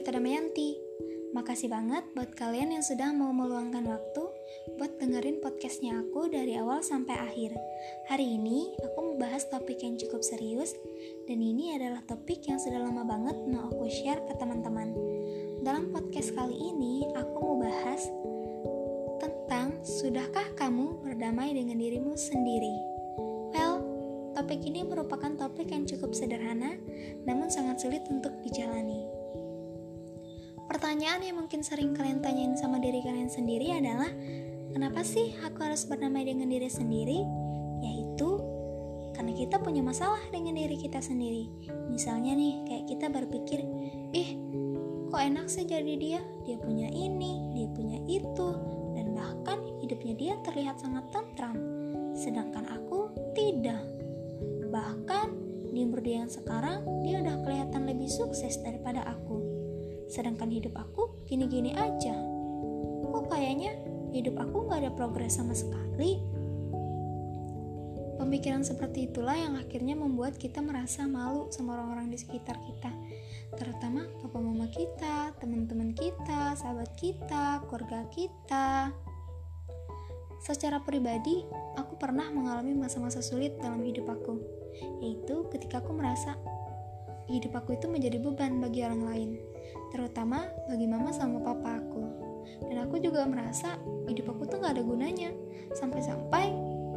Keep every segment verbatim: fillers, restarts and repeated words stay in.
Gita Damayanti. Makasih banget buat kalian yang sudah mau meluangkan waktu buat dengerin podcastnya aku dari awal sampai akhir. Hari ini aku mau bahas topik yang cukup serius, dan ini adalah topik yang sudah lama banget mau aku share ke teman-teman. Dalam podcast kali ini aku mau bahas tentang sudahkah kamu berdamai dengan dirimu sendiri? Well, topik ini merupakan topik yang cukup sederhana namun sangat sulit untuk dijalani. Pertanyaan yang mungkin sering kalian tanyain sama diri kalian sendiri adalah, kenapa sih aku harus berdamai dengan diri sendiri? Yaitu karena kita punya masalah dengan diri kita sendiri. Misalnya nih, kayak kita berpikir, ih kok enak sih jadi dia, dia punya ini, dia punya itu, dan bahkan hidupnya dia terlihat sangat tentram, sedangkan aku tidak. Bahkan di umur dia yang sekarang, dia udah kelihatan lebih sukses daripada aku, sedangkan hidup aku gini-gini aja. Kok kayaknya hidup aku gak ada progres sama sekali? Pemikiran seperti itulah yang akhirnya membuat kita merasa malu sama orang-orang di sekitar kita, terutama papa mama kita, teman-teman kita, sahabat kita, keluarga kita. Secara pribadi, aku pernah mengalami masa-masa sulit dalam hidup aku, yaitu ketika aku merasa hidup aku itu menjadi beban bagi orang lain, terutama bagi mama sama papa aku. Dan aku juga merasa hidup aku tuh gak ada gunanya, sampai-sampai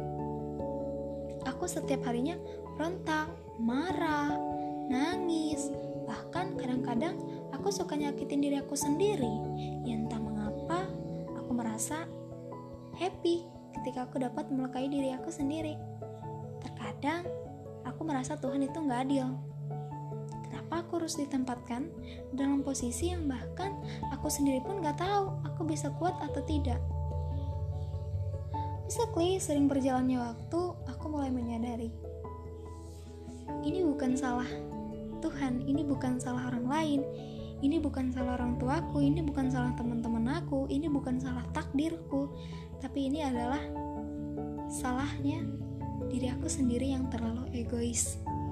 aku setiap harinya berontak, marah, nangis. Bahkan kadang-kadang aku suka nyakitin diri aku sendiri. Ya entah mengapa aku merasa happy ketika aku dapat melukai diri aku sendiri. Terkadang aku merasa Tuhan itu gak adil. Kenapa aku harus ditempatkan dalam posisi yang bahkan aku sendiri pun gak tahu aku bisa kuat atau tidak. Basically, sering berjalannya waktu, aku mulai menyadari, ini bukan salah Tuhan, ini bukan salah orang lain, ini bukan salah orang tuaku, ini bukan salah teman-teman aku, ini bukan salah takdirku, tapi ini adalah salahnya diri aku sendiri yang terlalu egois.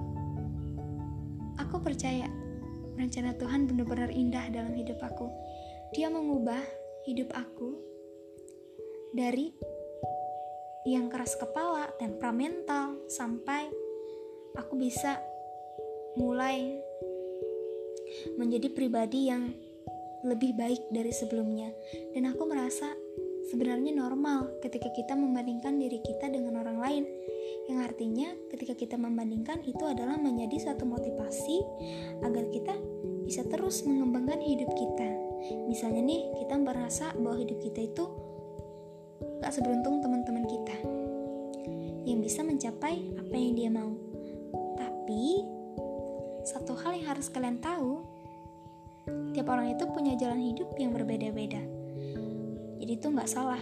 Aku percaya rencana Tuhan benar-benar indah dalam hidup aku. Dia mengubah hidup aku dari yang keras kepala, temperamental, sampai aku bisa mulai menjadi pribadi yang lebih baik dari sebelumnya. Dan aku merasa sebenarnya normal ketika kita membandingkan diri kita dengan orang lain, yang artinya ketika kita membandingkan itu adalah menjadi satu motivasi agar kita bisa terus mengembangkan hidup kita. Misalnya nih, kita merasa bahwa hidup kita itu gak seberuntung teman-teman kita yang bisa mencapai apa yang dia mau. Tapi satu hal yang harus kalian tahu, tiap orang itu punya jalan hidup yang berbeda-beda. Jadi itu gak salah,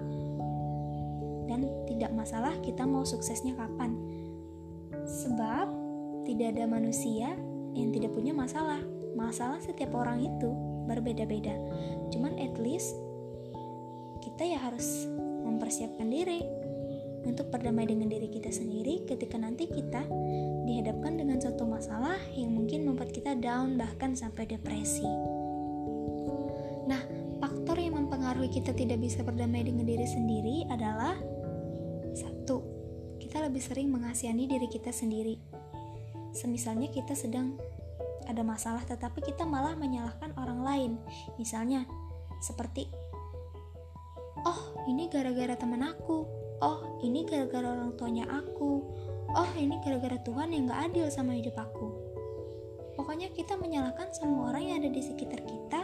dan tidak masalah kita mau suksesnya kapan, sebab tidak ada manusia yang tidak punya masalah. Masalah setiap orang itu berbeda-beda. Cuman at least kita ya harus mempersiapkan diri untuk berdamai dengan diri kita sendiri ketika nanti kita dihadapkan dengan suatu masalah yang mungkin membuat kita down, bahkan sampai depresi. Nah, faktor yang mempengaruhi kita tidak bisa berdamai dengan diri sendiri adalah satu, kita lebih sering mengasihani diri kita sendiri. Semisalnya kita sedang ada masalah tetapi kita malah menyalahkan orang lain. Misalnya seperti, oh ini gara-gara teman aku, oh ini gara-gara orang tuanya aku, oh ini gara-gara Tuhan yang gak adil sama hidup aku. Pokoknya kita menyalahkan semua orang yang ada di sekitar kita.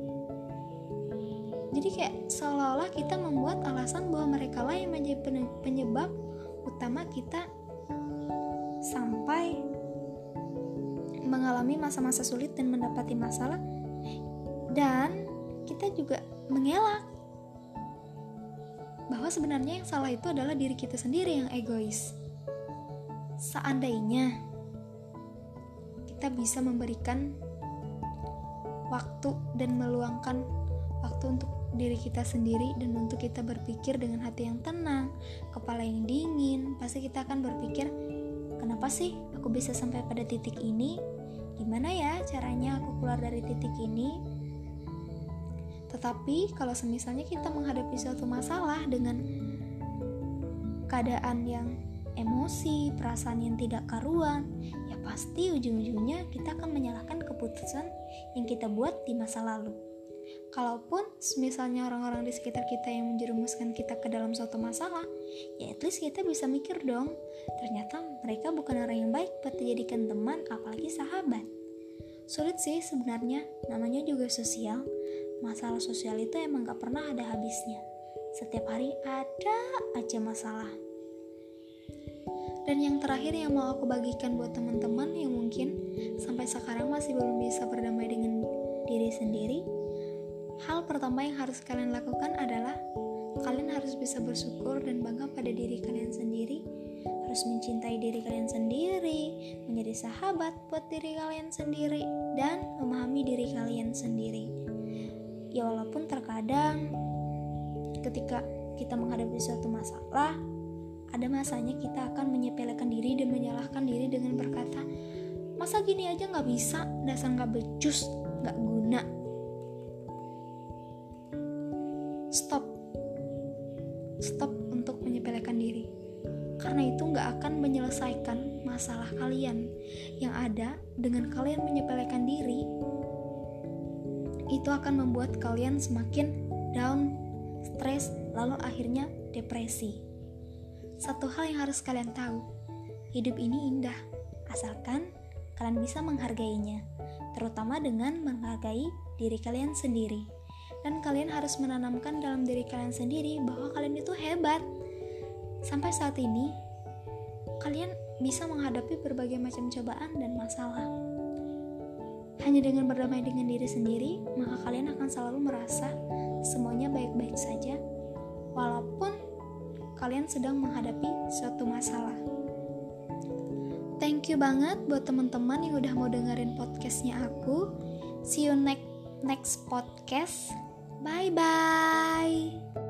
Jadi kayak seolah-olah kita membuat alasan bahwa mereka lah yang menjadi penyebab utama kita sampai mengalami masa-masa sulit dan mendapati masalah. Dan kita juga mengelak bahwa sebenarnya yang salah itu adalah diri kita sendiri yang egois. Seandainya kita bisa memberikan waktu dan meluangkan waktu untuk diri kita sendiri dan untuk kita berpikir dengan hati yang tenang, kepala yang dingin, pasti kita akan berpikir, kenapa sih aku bisa sampai pada titik ini? gimana ya caranya aku keluar dari titik ini? Tetapi kalau semisalnya kita menghadapi suatu masalah dengan keadaan yang emosi, perasaan yang tidak karuan, ya pasti ujung-ujungnya kita akan menyalahkan keputusan yang kita buat di masa lalu. Kalaupun misalnya orang-orang di sekitar kita yang menjerumuskan kita ke dalam suatu masalah, ya at least kita bisa mikir dong, ternyata mereka bukan orang yang baik buat dijadikan teman, apalagi sahabat. Sulit sih sebenarnya, namanya juga sosial. Masalah sosial itu emang gak pernah ada habisnya. Setiap hari ada aja masalah. Dan yang terakhir yang mau aku bagikan buat teman-teman yang mungkin sampai sekarang masih belum bisa berdamai dengan diri sendiri, hal pertama yang harus kalian lakukan adalah kalian harus bisa bersyukur dan bangga pada diri kalian sendiri, harus mencintai diri kalian sendiri, menjadi sahabat buat diri kalian sendiri, dan memahami diri kalian sendiri. Ya walaupun terkadang ketika kita menghadapi suatu masalah, ada masanya kita akan menyepelekan diri dan menyalahkan diri dengan berkata, masa gini aja gak bisa, dasar gak becus, gak guna. Stop Stop untuk menyepelekan diri, karena itu gak akan menyelesaikan masalah kalian. Yang ada dengan kalian menyepelekan diri, itu akan membuat kalian semakin down, stres, lalu akhirnya depresi. Satu hal yang harus kalian tahu, hidup ini indah, asalkan kalian bisa menghargainya, terutama dengan menghargai diri kalian sendiri. Dan kalian harus menanamkan dalam diri kalian sendiri bahwa kalian itu hebat. Sampai saat ini, kalian bisa menghadapi berbagai macam cobaan dan masalah. Hanya dengan berdamai dengan diri sendiri, maka kalian akan selalu merasa semuanya baik-baik saja, walaupun kalian sedang menghadapi suatu masalah. Thank you banget buat teman-teman yang udah mau dengerin podcastnya aku. See you next next podcast. Bye bye.